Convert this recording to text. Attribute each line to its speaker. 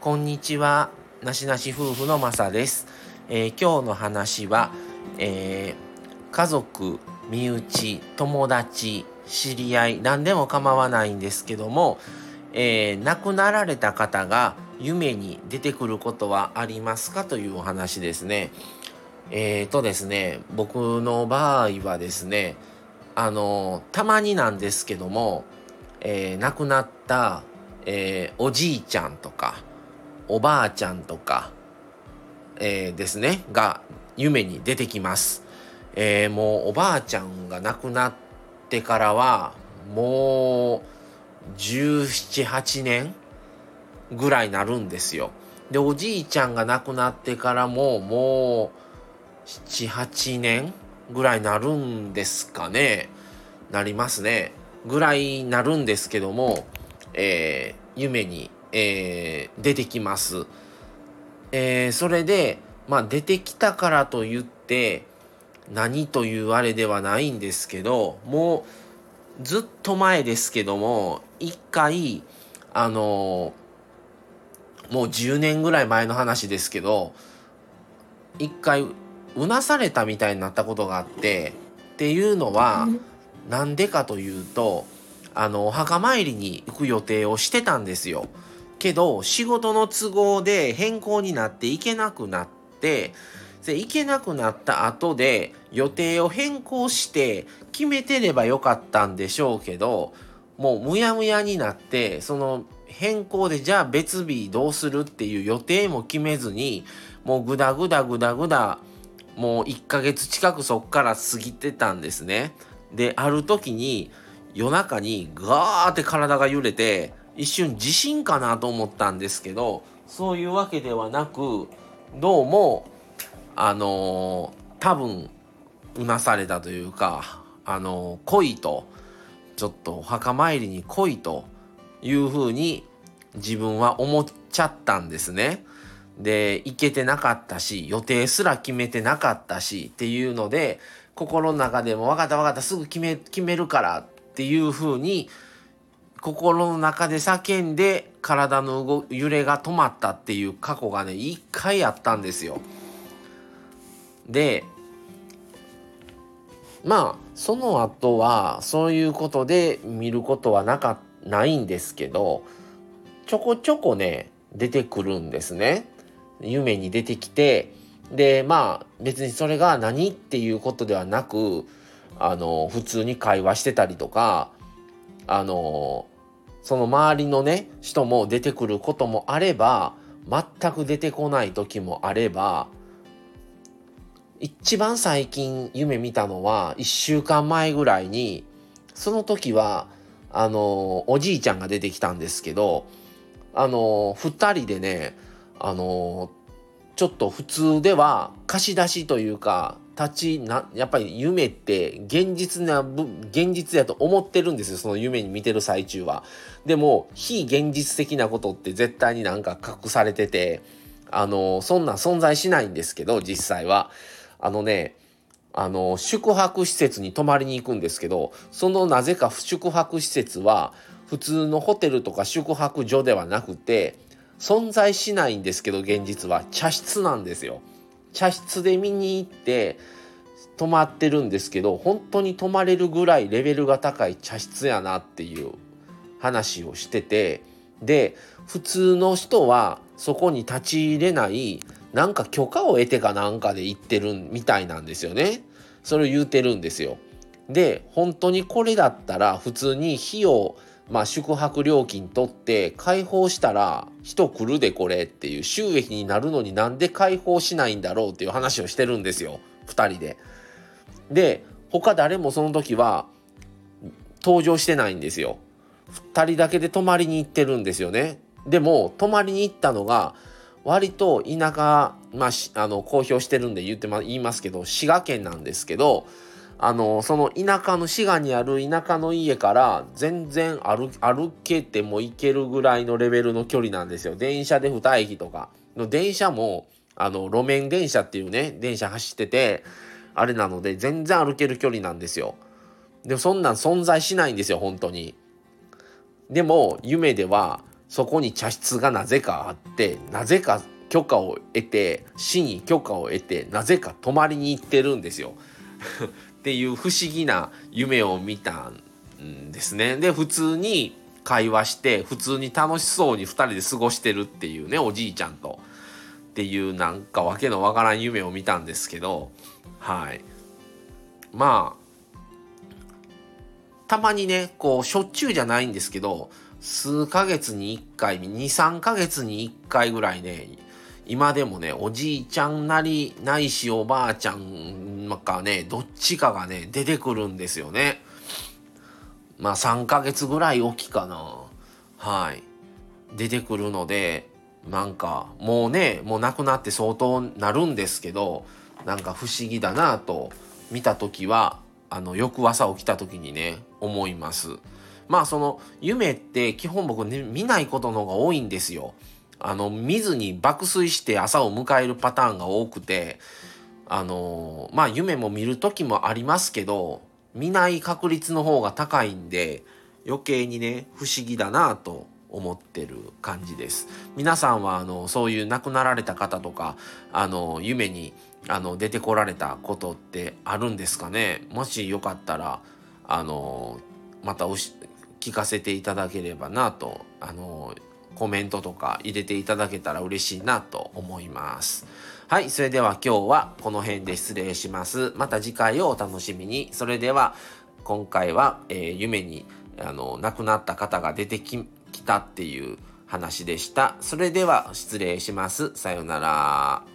Speaker 1: こんにちは。なしなし夫婦のまさです。今日の話は、家族、身内、友達、知り合い、何でも構わないんですけども、亡くなられた方が夢に出てくることはありますかというお話ですね。ですね、僕の場合はですね、たまになんですけども、亡くなった、おじいちゃんとか、おばあちゃんとか、ですね、が夢に出てきます。もうおばあちゃんが亡くなってからは、もう17、8年ぐらいなるんですよ。で、おじいちゃんが亡くなってからも、もう7、8年ぐらいなるんですかね。なりますね。ぐらいなるんですけども、夢に、出てきます。それで、出てきたからといって何というあれではないんですけど、もうずっと前ですけども、一回、もう10年ぐらい前の話ですけど、一回うなされたみたいになったことがあって、っていうのは、なんでかというと、お墓参りに行く予定をしてたんですよ。けど、仕事の都合で変更になって行けなくなって、で、行けなくなった後で予定を変更して決めてればよかったんでしょうけど、もうむやむやになって、その変更でじゃあ別日どうするっていう予定も決めずに、もうグダグダグダグダ、もう1ヶ月近くそっから過ぎてたんですね。で、ある時に夜中にガーって体が揺れて、一瞬地震かなと思ったんですけど、そういうわけではなく、どうも、多分、うなされたというか、来いと、ちょっとお墓参りに来いというふうに自分は思っちゃったんですね。で、行けてなかったし、予定すら決めてなかったしっていうので、心の中でも分かった分かった、すぐ決めるからっていうふうに、心の中で叫んで体の揺れが止まったっていう過去がね、一回あったんですよ。で、その後はそういうことで見ることはないんですけど、ちょこちょこね、出てくるんですね。夢に出てきて、で、別にそれが何っていうことではなく、普通に会話してたりとか、その周りのね、人も出てくることもあれば、全く出てこない時もあれば、一番最近夢見たのは1週間前ぐらいに、その時は、おじいちゃんが出てきたんですけど、二人でね、ちょっと普通では貸し出しというか、やっぱり夢って現実やと思ってるんですよ、その夢に見てる最中は。でも、非現実的なことって絶対になんか隠されてて、そんなん存在しないんですけど、実際は。宿泊施設に泊まりに行くんですけど、なぜか宿泊施設は、普通のホテルとか宿泊所ではなくて、存在しないんですけど、現実は茶室なんですよ。茶室で見に行って泊まってるんですけど、本当に泊まれるぐらいレベルが高い茶室やなっていう話をしてて、で、普通の人はそこに立ち入れない、なんか許可を得てかなんかで行ってるみたいなんですよね。それを言うてるんですよ。で、本当にこれだったら普通に費用、宿泊料金取って開放したら人来るでこれっていう収益になるのになんで開放しないんだろうっていう話をしてるんですよ。二人で。で、他誰もその時は登場してないんですよ。二人だけで泊まりに行ってるんですよね。でも泊まりに行ったのが割と田舎、公表してるんで言いますけど、滋賀県なんですけど、その滋賀にある田舎の家から全然歩けても行けるぐらいのレベルの距離なんですよ。電車で2駅とかの電車も、路面電車っていうね、電車走ってて、あれなので全然歩ける距離なんですよ。でもそんなん存在しないんですよ、本当に。でも夢ではそこに茶室がなぜかあって、なぜか許可を得て、市に許可を得て、なぜか泊まりに行ってるんですよっていう不思議な夢を見たんですね。で普通に会話して普通に楽しそうに2人で過ごしてるっていうね、おじいちゃんとっていうなんかわけのわからん夢を見たんですけど、はい、まあたまにねこうしょっちゅうじゃないんですけど、数ヶ月に1回2、3ヶ月に1回ぐらいね、今でもねおじいちゃんなりないしおばあちゃんかね、どっちかがね出てくるんですよね。まあ3ヶ月ぐらいおきかな、はい、出てくるので、なんかもう亡くなって相当なるんですけど、なんか不思議だなと見た時は翌朝起きた時にね思います。まあその夢って基本僕ね見ないことの方が多いんですよ。見ずに爆睡して朝を迎えるパターンが多くて、まあ夢も見る時もありますけど、見ない確率の方が高いんで余計にね不思議だなと思ってる感じです。皆さんはそういう亡くなられた方とか夢に出てこられたことってあるんですかね。もしよかったらまた聞かせていただければなと、コメントとか入れていただけたら嬉しいなと思います。はい、それでは今日はこの辺で失礼します。また次回をお楽しみに。それでは今回は、夢に亡くなった方が出てきたっていう話でした。それでは失礼します。さようなら。